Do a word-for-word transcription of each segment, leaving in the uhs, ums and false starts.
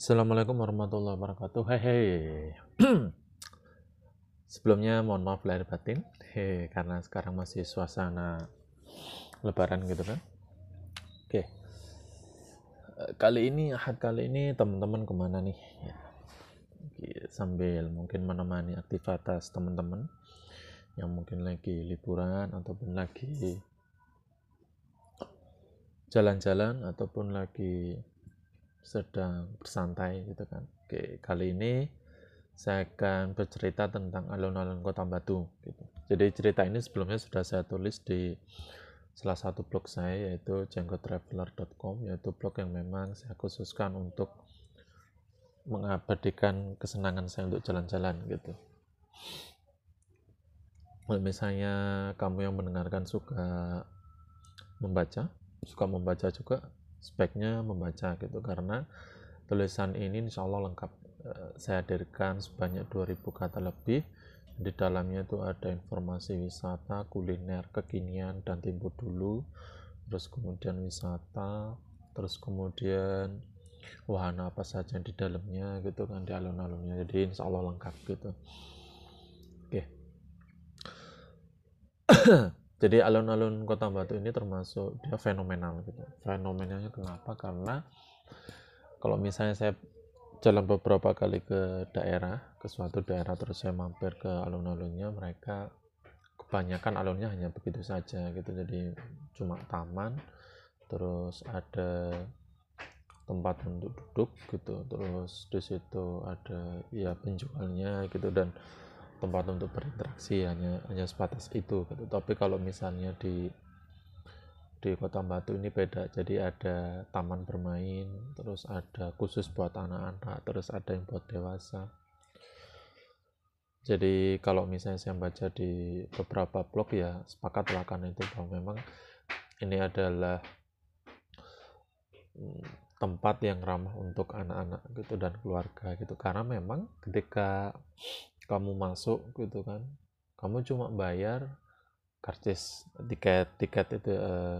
Assalamualaikum warahmatullahi wabarakatuh. Hehe. Sebelumnya mohon maaf lahir batin. Hehe, karena sekarang masih suasana lebaran gitu kan. Oke. Kali ini Ahad kali ini teman-teman kemana nih? Ya. Sambil mungkin menemani aktivitas teman-teman yang mungkin lagi liburan ataupun lagi jalan-jalan ataupun lagi sedang bersantai gitu kan. Oke, kali ini saya akan bercerita tentang alun-alun Kota Batu gitu. Jadi cerita ini sebelumnya sudah saya tulis di salah satu blog saya, yaitu jenggotraveler dot com, yaitu blog yang memang saya khususkan untuk mengabadikan kesenangan saya untuk jalan-jalan gitu. Kalau misalnya kamu yang mendengarkan suka membaca, suka membaca juga, speknya membaca gitu, karena tulisan ini insya Allah lengkap. Saya hadirkan sebanyak dua ribu kata lebih. Di dalamnya itu ada informasi wisata, kuliner, kekinian, dan tempo dulu, terus kemudian wisata, terus kemudian wahana apa saja di dalamnya gitu kan, di alun-alunnya. Jadi insya Allah lengkap gitu. Oke. Jadi alun-alun Kota Batu ini termasuk dia fenomenal gitu. Fenomenalnya kenapa? Karena kalau misalnya saya jalan beberapa kali ke daerah, ke suatu daerah, terus saya mampir ke alun-alunnya, mereka kebanyakan alunnya hanya begitu saja gitu. Jadi cuma taman, terus ada tempat untuk duduk gitu, terus di situ ada ya penjualnya gitu, dan tempat untuk berinteraksi hanya hanya sebatas itu gitu. Tapi kalau misalnya di di Kota Batu ini beda, jadi ada taman bermain, terus ada khusus buat anak-anak, terus ada yang buat dewasa. Jadi kalau misalnya saya baca di beberapa blog ya sepakat lah karena itu bahwa memang ini adalah tempat yang ramah untuk anak-anak gitu dan keluarga gitu, karena memang ketika kamu masuk gitu kan, kamu cuma bayar karcis tiket tiket itu eh,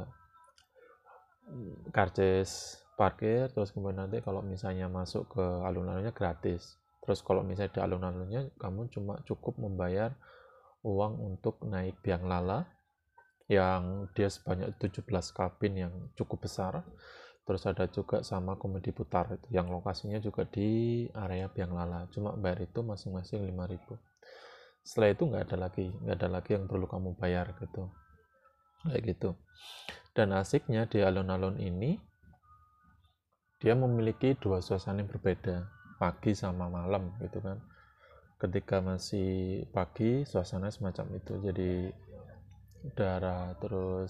karcis parkir, terus kemudian nanti kalau misalnya masuk ke alun-alunnya gratis. Terus kalau misalnya di alun-alunnya kamu cuma cukup membayar uang untuk naik biang lala yang dia sebanyak tujuh belas kabin yang cukup besar. Terus ada juga sama komedi putar itu yang lokasinya juga di area biang lala, cuma bayar itu masing-masing lima ribu. Setelah itu nggak ada lagi nggak ada lagi yang perlu kamu bayar gitu, kayak gitu. Dan asiknya di alun-alun ini dia memiliki dua suasana yang berbeda, pagi sama malam gitu kan. Ketika masih pagi suasana semacam itu, jadi udara terus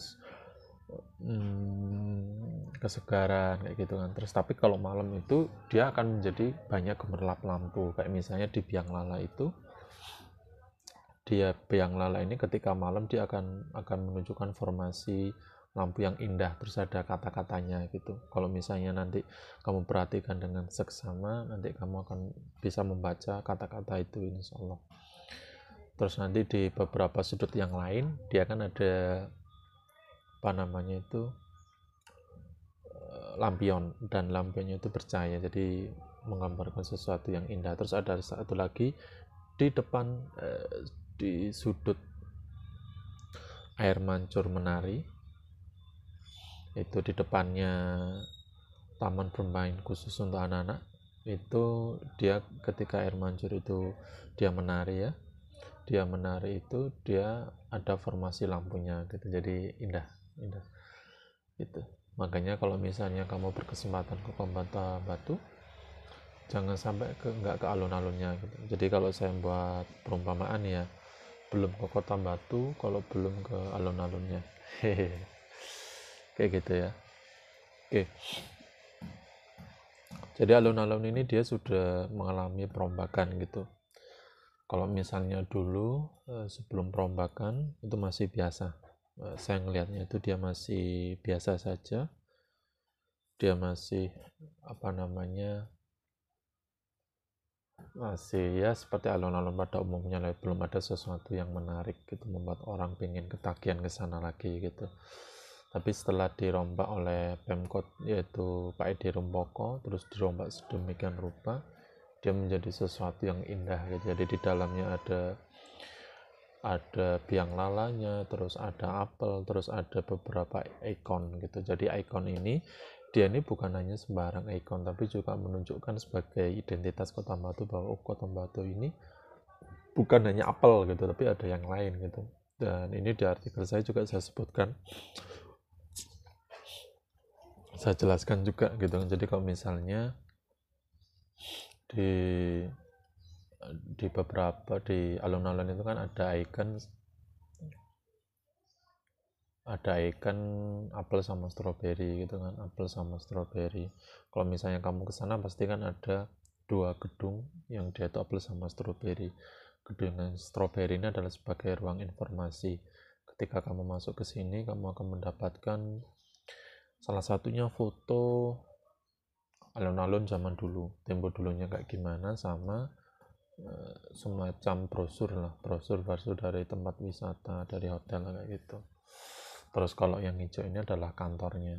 hmm, kesegaran kayak gitu kan. Terus tapi kalau malam itu dia akan menjadi banyak gemerlap lampu, kayak misalnya di biang lala itu, dia biang lala ini ketika malam dia akan akan menunjukkan formasi lampu yang indah, terus ada kata-katanya gitu. Kalau misalnya nanti kamu perhatikan dengan seksama, nanti kamu akan bisa membaca kata-kata itu insya Allah. Terus nanti di beberapa sudut yang lain dia kan ada apa namanya itu lampion, dan lampionnya itu bercahaya, jadi menggambarkan sesuatu yang indah. Terus ada satu lagi di depan eh, di sudut air mancur menari, itu di depannya taman bermain khusus untuk anak-anak. Itu dia ketika air mancur itu dia menari ya, dia menari itu dia ada formasi lampunya gitu, jadi indah indah gitu. Makanya kalau misalnya kamu berkesempatan ke Kota Batu, jangan sampai ke nggak ke alun-alunnya gitu. Jadi kalau saya buat perumpamaan ya, belum ke Kota Batu kalau belum ke alun-alunnya. Hehe, kayak gitu ya. Oke. Jadi alun-alun ini dia sudah mengalami perombakan gitu. Kalau misalnya dulu sebelum perombakan itu masih biasa, saya ngelihatnya itu dia masih biasa saja, dia masih apa namanya masih ya seperti alun-alun pada umumnya lah, belum ada sesuatu yang menarik gitu membuat orang pengen ketagihan ke sana lagi gitu. tapi setelah dirombak oleh Pemkot yaitu Pak Edi Rumpoko, terus dirombak sedemikian rupa dia menjadi sesuatu yang indah gitu. Jadi di dalamnya ada ada biang lalanya, terus ada apel, terus ada beberapa ikon gitu. Jadi ikon ini dia ini bukan hanya sembarang ikon, tapi juga menunjukkan sebagai identitas Kota Batu bahwa oh, Kota Batu ini bukan hanya apel gitu, tapi ada yang lain gitu. Dan ini di artikel saya juga saya sebutkan, saya jelaskan juga gitu. Jadi kalau misalnya di di beberapa di alun-alun itu kan ada ikon ada ikon apel sama stroberi gitu kan, apel sama stroberi. Kalau misalnya kamu ke sana pasti kan ada dua gedung yang dia itu apel sama stroberi. Gedung stroberi ini adalah sebagai ruang informasi. Ketika kamu masuk ke sini, kamu akan mendapatkan salah satunya foto alun-alun zaman dulu, tempo dulunya kayak gimana, sama uh, semacam brosur lah, brosur-brosur dari tempat wisata, dari hotel kayak gitu. Terus kalau yang hijau ini adalah kantornya.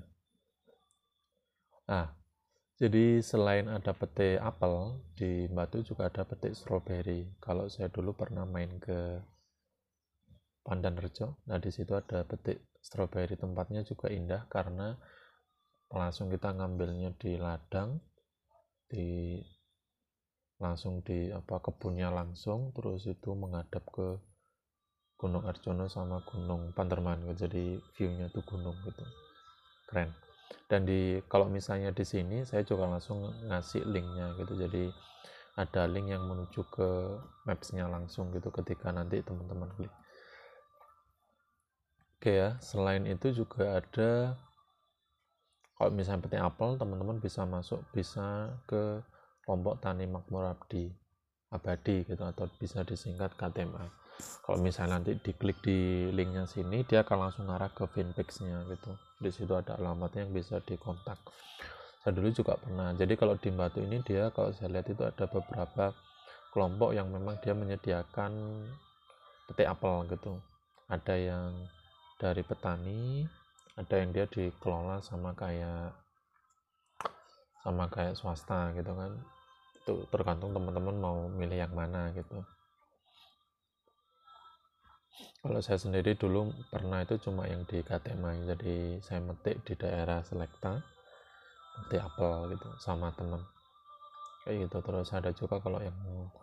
Nah, jadi selain ada petik apel, di Batu juga ada petik stroberi. Kalau saya dulu pernah main ke Pandanrejo, nah di situ ada petik stroberi. Tempatnya juga indah karena langsung kita ngambilnya di ladang, di langsung di apa kebunnya langsung, terus itu menghadap ke Gunung Arjono sama Gunung Panderman gitu. Jadi view-nya tuh gunung gitu. Keren. Dan di kalau misalnya di sini saya juga langsung ngasih linknya gitu. Jadi ada link yang menuju ke maps-nya langsung gitu ketika nanti teman-teman klik. Oke ya, selain itu juga ada kalau misalnya petik apel, teman-teman bisa masuk bisa ke kelompok tani makmur abdi abadi gitu, atau bisa disingkat K T M A. Kalau misalnya nanti diklik di linknya sini, dia akan langsung arah ke fanpage-nya gitu. Di situ ada alamatnya yang bisa dikontak. Saya dulu juga pernah. Jadi kalau di Batu ini dia kalau saya lihat itu ada beberapa kelompok yang memang dia menyediakan petik apel gitu. Ada yang dari petani, ada yang dia dikelola sama kayak sama kayak swasta gitu kan. Itu tergantung teman-teman mau milih yang mana gitu. Kalau saya sendiri dulu pernah itu cuma yang di K T M A, jadi saya metik di daerah Selekta, metik apel gitu sama teman kayak gitu. Terus ada juga kalau yang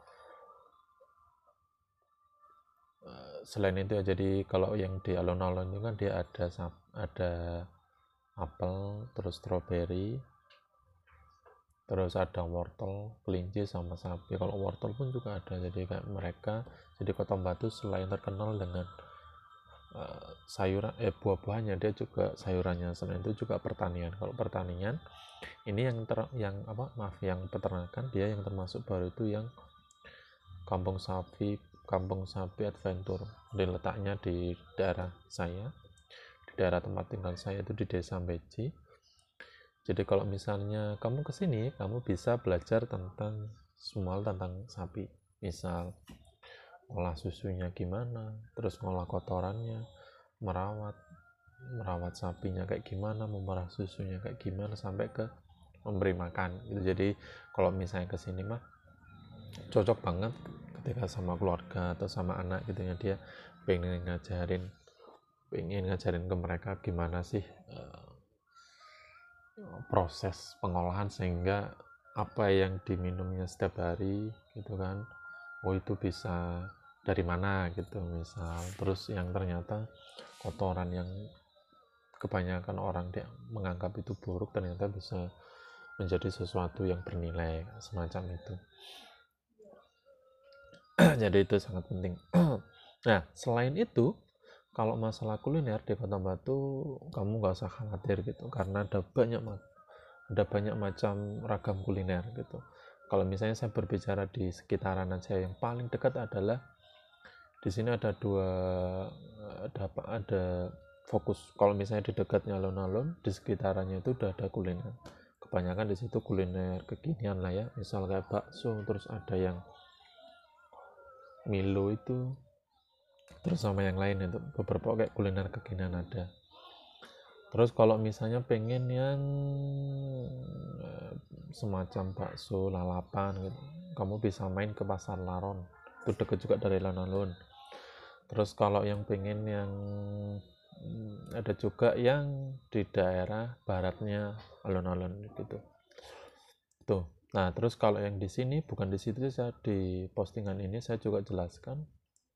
uh, selain itu ya, jadi kalau yang di alun-alun itu kan dia ada ada apel, terus stroberi, terus ada wortel, kelinci sama sapi. Kalau wortel pun juga ada, jadi kayak mereka, jadi Kota Batu selain terkenal dengan uh, sayuran eh buah-buahnya, dia juga sayurannya. Selain itu juga pertanian. Kalau pertanian ini yang ter, yang apa maaf yang peternakan, dia yang termasuk baru itu yang kampung sapi kampung sapi adventure. Di letaknya di daerah saya, di daerah tempat tinggal saya itu di Desa Beci. Jadi kalau misalnya kamu kesini, kamu bisa belajar tentang semua tentang sapi. Misal ngolah susunya gimana, terus ngolah kotorannya, merawat merawat sapinya kayak gimana, memerah susunya kayak gimana, sampai ke memberi makan gitu. Jadi kalau misalnya kesini mah cocok banget ketika sama keluarga atau sama anak gitu ya, dia pengen ngajarin pengen ngajarin ke mereka gimana sih uh, proses pengolahan sehingga apa yang diminumnya setiap hari gitu kan, oh itu bisa dari mana gitu misal. Terus yang ternyata kotoran yang kebanyakan orang dia menganggap itu buruk ternyata bisa menjadi sesuatu yang bernilai semacam itu. Jadi itu sangat penting. Nah selain itu, kalau masalah kuliner di Kota Batu kamu nggak usah khawatir gitu, karena ada banyak ada banyak macam ragam kuliner gitu. Kalau misalnya saya berbicara di sekitaran aja, yang paling dekat adalah di sini ada dua ada apa ada fokus. Kalau misalnya di dekatnya alun-alun, di sekitarannya itu udah ada kuliner. Kebanyakan di situ kuliner kekinian lah ya, misal kayak bakso, terus ada yang Milo itu, terus sama yang lain itu beberapa kayak kuliner kekinian ada. Terus kalau misalnya pengen yang semacam bakso lalapan gitu, kamu bisa main ke Pasar Laron, itu deket juga dari alun-alun. Terus kalau yang pengen yang ada juga yang di daerah baratnya alun-alun gitu tuh. Nah terus kalau yang di sini bukan di situ, saya di postingan ini saya juga jelaskan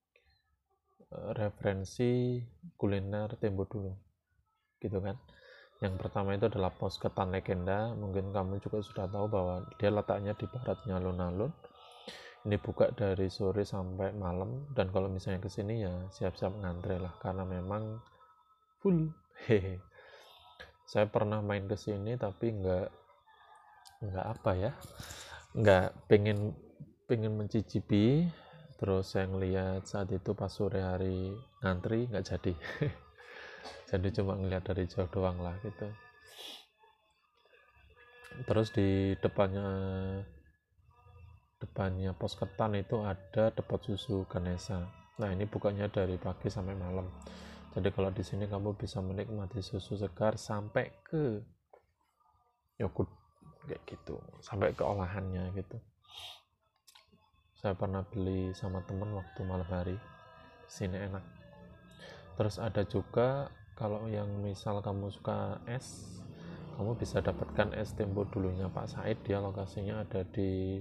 referensi kuliner Tempo Dulu gitu kan. Yang pertama itu adalah Pos Ketan Legenda, mungkin kamu juga sudah tahu bahwa dia letaknya di baratnya alun-alun. Ini buka dari sore sampai malam, dan kalau misalnya kesini ya siap-siap ngantre lah karena memang full. Hehe. Saya pernah main kesini tapi nggak nggak apa ya, nggak pengen pengen mencicipi. Terus saya ngeliat saat itu pas sore hari ngantri nggak jadi. Jadi cuma ngeliat dari jauh doang lah gitu. Terus di depannya depannya Pos Ketan itu ada depot susu Ganesha. Nah ini bukannya dari pagi sampai malam. Jadi kalau di sini kamu bisa menikmati susu segar sampai ke yogurt kayak gitu, sampai ke olahannya gitu. Saya pernah beli sama temen waktu malam hari, sini enak. Terus ada juga kalau yang misal kamu suka es, kamu bisa dapatkan es Tempo Dulunya Pak Said. Dia lokasinya ada di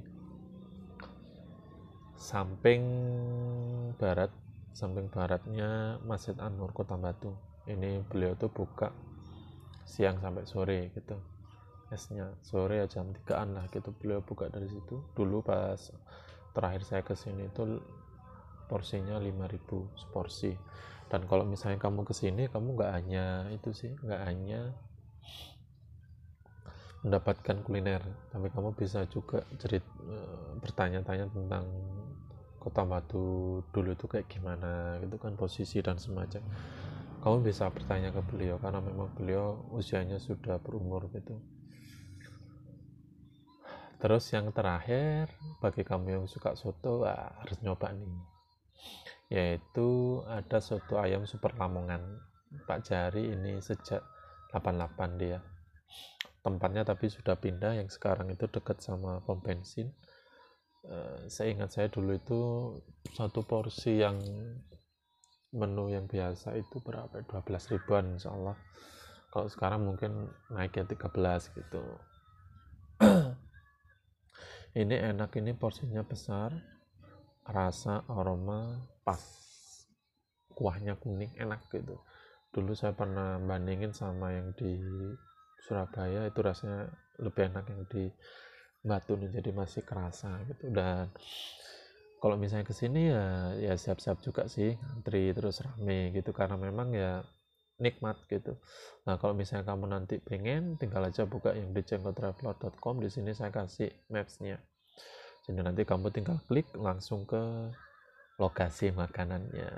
samping barat, samping baratnya Masjid An-Nur Kota Batu. Ini beliau tuh buka siang sampai sore gitu, esnya sore ya jam tigaan lah gitu beliau buka dari situ. Dulu pas terakhir saya kesini itu porsinya lima ribu seporsi. Dan kalau misalnya kamu kesini, kamu nggak hanya itu sih, nggak hanya mendapatkan kuliner, tapi kamu bisa juga cerit e, bertanya-tanya tentang Kota Batu dulu itu kayak gimana gitu kan, posisi dan semacam. Kamu bisa bertanya ke beliau karena memang beliau usianya sudah berumur gitu. Terus yang terakhir, bagi kamu yang suka soto, wah, harus nyoba nih, yaitu ada soto ayam Super Lamongan Pak Jari. Ini sejak delapan puluh delapan dia tempatnya, tapi sudah pindah yang sekarang itu dekat sama pom bensin. Uh, seingat saya dulu itu satu porsi yang menu yang biasa itu berapa, dua belas ribuan insyaallah. Kalau sekarang mungkin naiknya tiga belas gitu. Ini enak, ini porsinya besar, rasa aroma pas, kuahnya kuning enak gitu. Dulu saya pernah bandingin sama yang di Surabaya, itu rasanya lebih enak yang di Batu nih, jadi masih kerasa gitu. Dan kalau misalnya kesini ya ya siap-siap juga sih ngantri terus rame gitu karena memang ya nikmat gitu. Nah kalau misalnya kamu nanti pengen, tinggal aja buka yang di cengkotraveler dot com. Di sini saya kasih mapsnya, jadi nanti kamu tinggal klik langsung ke lokasi makanannya.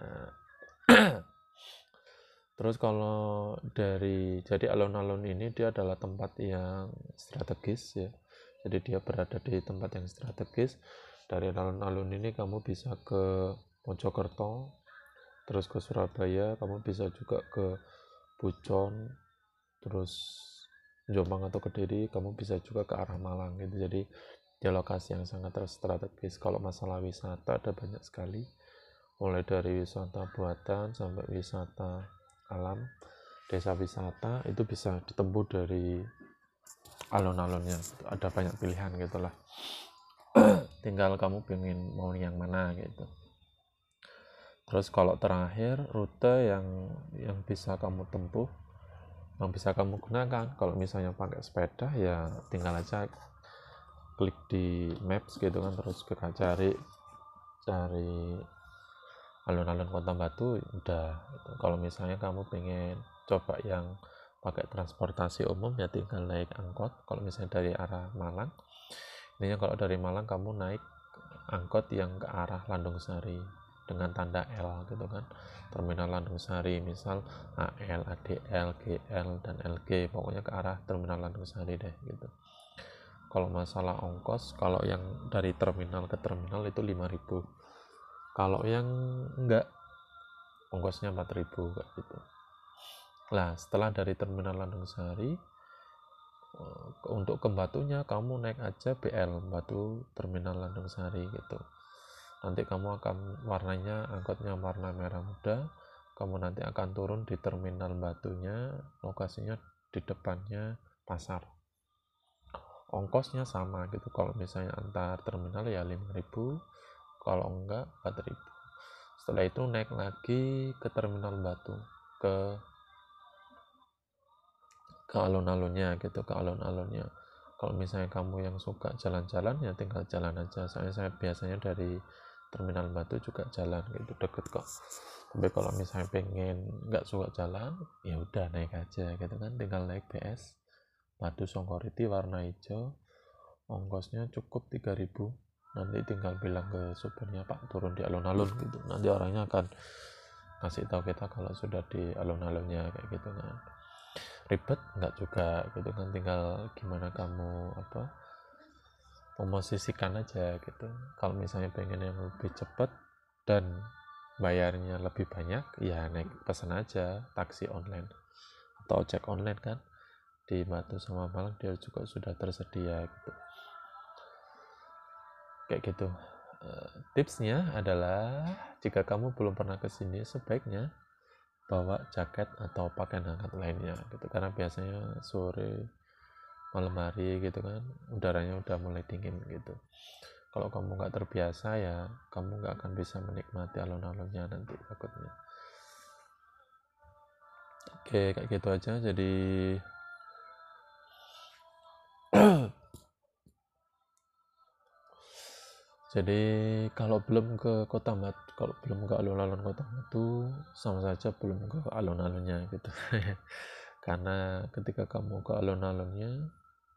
Terus kalau dari, jadi alun-alun ini dia adalah tempat yang strategis ya, jadi dia berada di tempat yang strategis. Dari alun-alun ini kamu bisa ke Mojokerto, terus ke Surabaya, kamu bisa juga ke Pucon, terus Jombang atau Kediri, kamu bisa juga ke arah Malang gitu. Jadi dia lokasi yang sangat strategis. Kalau masalah wisata ada banyak sekali, mulai dari wisata buatan sampai wisata alam, desa wisata, itu bisa ditempuh dari alun-alunnya. Ada banyak pilihan gitulah. Tinggal kamu pengen mau yang mana gitu. Terus kalau terakhir, rute yang yang bisa kamu tempuh, yang bisa kamu gunakan, kalau misalnya pakai sepeda ya tinggal aja klik di maps gitu kan, terus kita cari cari alun-alun Kota Batu udah gitu. Kalau misalnya kamu pengen coba yang pakai transportasi umum ya tinggal naik angkot. Kalau misalnya dari arah Malang, ini kalau dari Malang kamu naik angkot yang ke arah Landung Sari dengan tanda L gitu kan, terminal Landung Sari, misal A L, A D L, G L, dan L G, pokoknya ke arah terminal Landung Sari deh gitu. Kalau masalah ongkos, kalau yang dari terminal ke terminal itu lima ribu, kalau yang enggak ongkosnya empat ribu kayak gitu. Nah, setelah dari terminal Landung Sari untuk ke Batunya kamu naik aja B L, Batu Terminal Landung Sari gitu. Nanti kamu akan warnanya, angkotnya warna merah muda, kamu nanti akan turun di terminal Batunya, lokasinya di depannya pasar. Ongkosnya sama gitu, kalau misalnya antar terminal ya lima ribu, kalau enggak empat ribu. Setelah itu naik lagi ke terminal Batu, ke ke alun-alunnya gitu, ke alun-alunnya. Kalau misalnya kamu yang suka jalan-jalan ya tinggal jalan aja, soalnya saya biasanya dari terminal Batu juga jalan gitu, deket kok. Tapi kalau misalnya pengen nggak suka jalan ya udah naik aja gitu kan, tinggal naik B S Batu Songkoriti warna hijau, ongkosnya cukup tiga ribu. Nanti tinggal bilang ke supirnya, Pak turun di alun-alun gitu, nanti orangnya akan kasih tahu kita kalau sudah di alun-alunnya kayak gitu kan. Ribet nggak juga gitu kan, tinggal gimana kamu apa memosisikan aja gitu. Kalau misalnya pengen yang lebih cepat dan bayarnya lebih banyak ya naik pesan aja taksi online atau ojek online kan, di Batu sama Malang dia juga sudah tersedia gitu, kayak gitu. Uh, tipsnya adalah jika kamu belum pernah kesini sebaiknya bawa jaket atau pakaian hangat lainnya gitu, karena biasanya sore malam hari gitu kan udaranya udah mulai dingin gitu. Kalau kamu nggak terbiasa ya kamu nggak akan bisa menikmati alun-alunnya nanti takutnya. Oke, kayak gitu aja. Jadi jadi kalau belum ke kota Batu, kalau belum ke alun-alun kota Batu sama saja belum ke alun-alunnya gitu. Karena ketika kamu ke alun-alunnya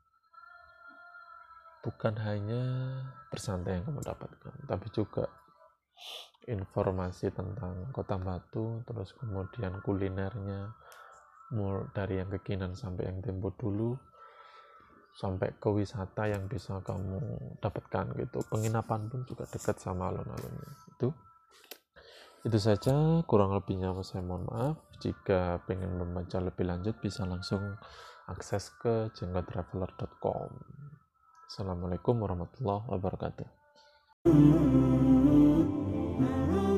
bukan hanya bersantai yang kamu dapatkan, tapi juga informasi tentang kota Batu, terus kemudian kulinernya dari yang kekinian sampai yang tempo dulu, sampai ke wisata yang bisa kamu dapatkan gitu. Penginapan pun juga dekat sama alun-alunnya. Itu itu saja, kurang lebihnya saya mohon maaf. Jika pengen membaca lebih lanjut bisa langsung akses ke jenggotraveler dot com. Assalamualaikum warahmatullahi wabarakatuh.